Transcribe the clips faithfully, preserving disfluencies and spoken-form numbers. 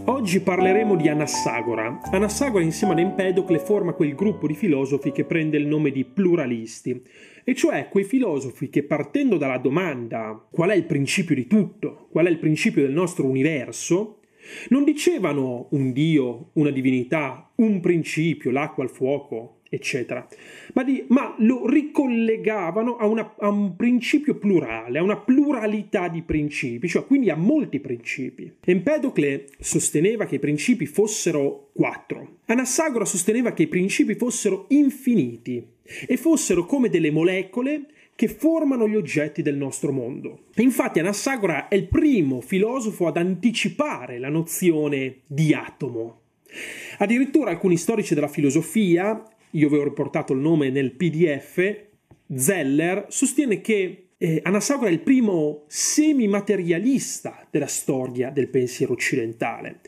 Oggi parleremo di Anassagora. Anassagora insieme ad Empedocle forma quel gruppo di filosofi che prende il nome di pluralisti, e cioè quei filosofi che, partendo dalla domanda qual è il principio di tutto, qual è il principio del nostro universo, non dicevano un Dio, una divinità, un principio, l'acqua, il fuoco, eccetera, ma, di, ma lo ricollegavano a, una, a un principio plurale, a una pluralità di principi, cioè quindi a molti principi. Empedocle sosteneva che i principi fossero quattro. Anassagora sosteneva che i principi fossero infiniti e fossero come delle molecole che formano gli oggetti del nostro mondo. Infatti Anassagora è il primo filosofo ad anticipare la nozione di atomo. Addirittura alcuni storici della filosofia, io vi ho riportato il nome nel P D F, Zeller sostiene che eh, Anassagora è il primo semimaterialista della storia del pensiero occidentale.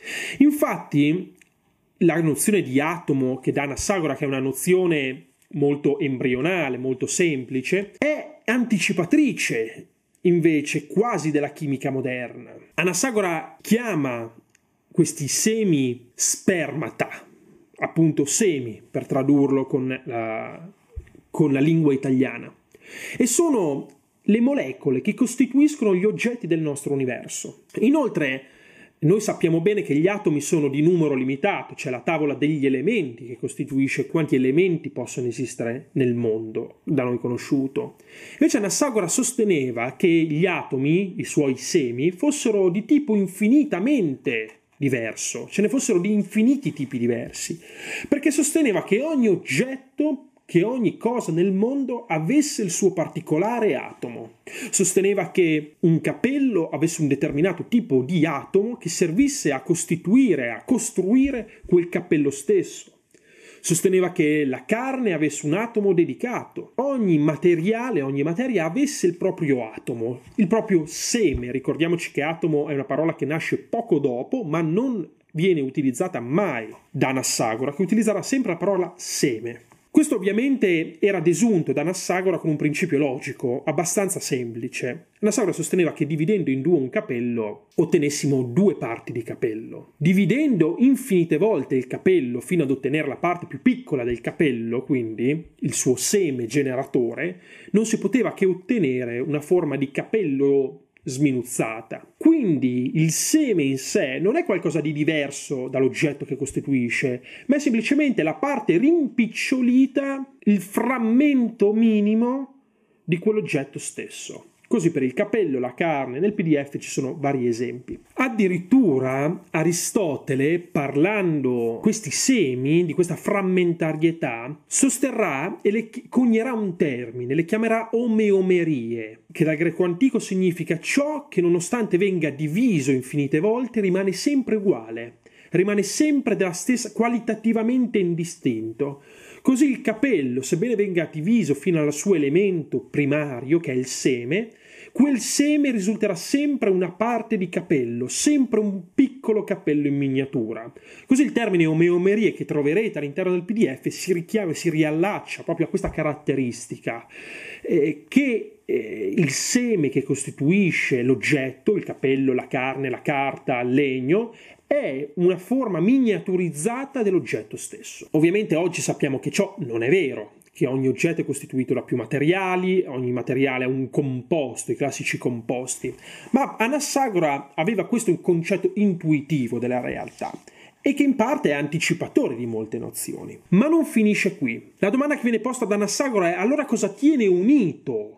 Infatti la nozione di atomo che dà Anassagora, che è una nozione molto embrionale, molto semplice, è anticipatrice invece quasi della chimica moderna. Anassagora chiama questi semi spermata, appunto semi per tradurlo con la, con la lingua italiana, e sono le molecole che costituiscono gli oggetti del nostro universo. Inoltre noi sappiamo bene che gli atomi sono di numero limitato, c'è la tavola degli elementi che costituisce quanti elementi possono esistere nel mondo da noi conosciuto. Invece Anassagora sosteneva che gli atomi, i suoi semi, fossero di tipo infinitamente diverso, ce ne fossero di infiniti tipi diversi, perché sosteneva che ogni oggetto, che ogni cosa nel mondo avesse il suo particolare atomo. Sosteneva che un capello avesse un determinato tipo di atomo che servisse a costituire, a costruire quel capello stesso. Sosteneva che la carne avesse un atomo dedicato. Ogni materiale, ogni materia avesse il proprio atomo, il proprio seme. Ricordiamoci che atomo è una parola che nasce poco dopo, ma non viene utilizzata mai da Anassagora, che utilizzerà sempre la parola seme. Questo ovviamente era desunto da Anassagora con un principio logico abbastanza semplice. Anassagora sosteneva che dividendo in due un capello ottenessimo due parti di capello. Dividendo infinite volte il capello fino ad ottenere la parte più piccola del capello, quindi il suo seme generatore, non si poteva che ottenere una forma di capello sminuzzata. Quindi il seme in sé non è qualcosa di diverso dall'oggetto che costituisce, ma è semplicemente la parte rimpicciolita, il frammento minimo di quell'oggetto stesso. Così per il capello, la carne, nel P D F ci sono vari esempi. Addirittura Aristotele, parlando questi semi, di questa frammentarietà, sosterrà e le conierà un termine, le chiamerà omeomerie, che dal greco antico significa ciò che nonostante venga diviso infinite volte rimane sempre uguale, rimane sempre della stessa, qualitativamente indistinto. Così il capello, sebbene venga diviso fino al suo elemento primario, che è il seme, quel seme risulterà sempre una parte di capello, sempre un piccolo capello in miniatura. Così il termine omeomerie che troverete all'interno del P D F si richiama, si riallaccia proprio a questa caratteristica, eh, che eh, il seme che costituisce l'oggetto, il capello, la carne, la carta, il legno, è una forma miniaturizzata dell'oggetto stesso. Ovviamente oggi sappiamo che ciò non è vero, che ogni oggetto è costituito da più materiali, ogni materiale ha un composto, i classici composti, ma Anassagora aveva questo concetto intuitivo della realtà e che in parte è anticipatore di molte nozioni. Ma non finisce qui. La domanda che viene posta da Anassagora è: allora cosa tiene unito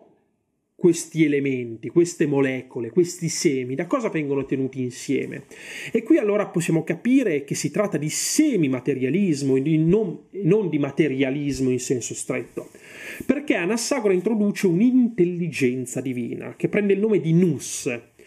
questi elementi, queste molecole, questi semi, da cosa vengono tenuti insieme? E qui allora possiamo capire che si tratta di semimaterialismo e non, non di materialismo in senso stretto, perché Anassagora introduce un'intelligenza divina che prende il nome di nous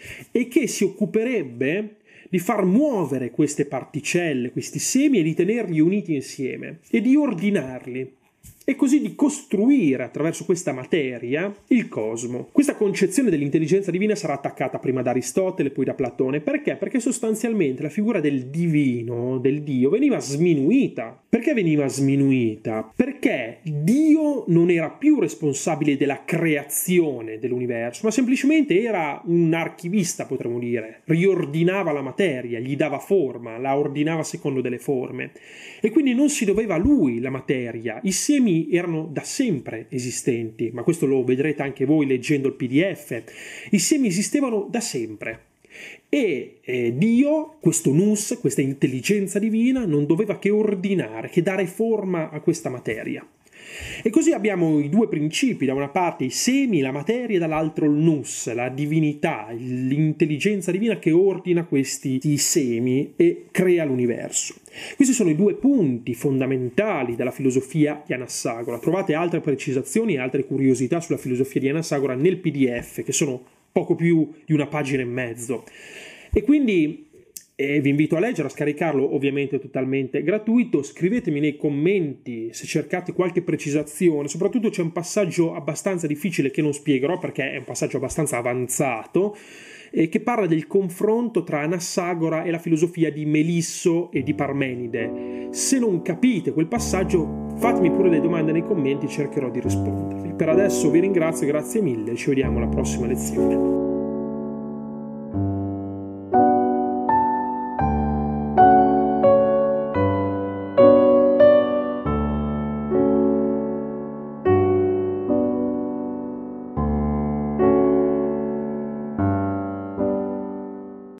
e che si occuperebbe di far muovere queste particelle, questi semi, e di tenerli uniti insieme e di ordinarli. e così di costruire attraverso questa materia il cosmo. Questa concezione dell'intelligenza divina sarà attaccata prima da Aristotele, poi da Platone. Perché? Perché sostanzialmente la figura del divino, del Dio, veniva sminuita. Perché veniva sminuita? Perché Dio non era più responsabile della creazione dell'universo, ma semplicemente era un archivista, potremmo dire. Riordinava la materia, gli dava forma, la ordinava secondo delle forme. E quindi non si doveva a lui la materia. I semi erano da sempre esistenti, ma questo lo vedrete anche voi leggendo il P D F. I semi esistevano da sempre. E eh, Dio, questo nous, questa intelligenza divina, non doveva che ordinare, che dare forma a questa materia. E così abbiamo i due principi, da una parte i semi, la materia, e dall'altro il nous, la divinità, l'intelligenza divina che ordina questi semi e crea l'universo. Questi sono i due punti fondamentali della filosofia di Anassagora. Trovate altre precisazioni e altre curiosità sulla filosofia di Anassagora nel P D F, che sono poco più di una pagina e mezzo. E quindi eh, vi invito a leggere, a scaricarlo, ovviamente totalmente gratuito. Scrivetemi nei commenti se cercate qualche precisazione. Soprattutto c'è un passaggio abbastanza difficile che non spiegherò perché è un passaggio abbastanza avanzato, eh, che parla del confronto tra Anassagora e la filosofia di Melisso e di Parmenide. Se non capite quel passaggio, fatemi pure le domande nei commenti, cercherò di rispondervi. Per adesso vi ringrazio, grazie mille, ci vediamo alla prossima lezione.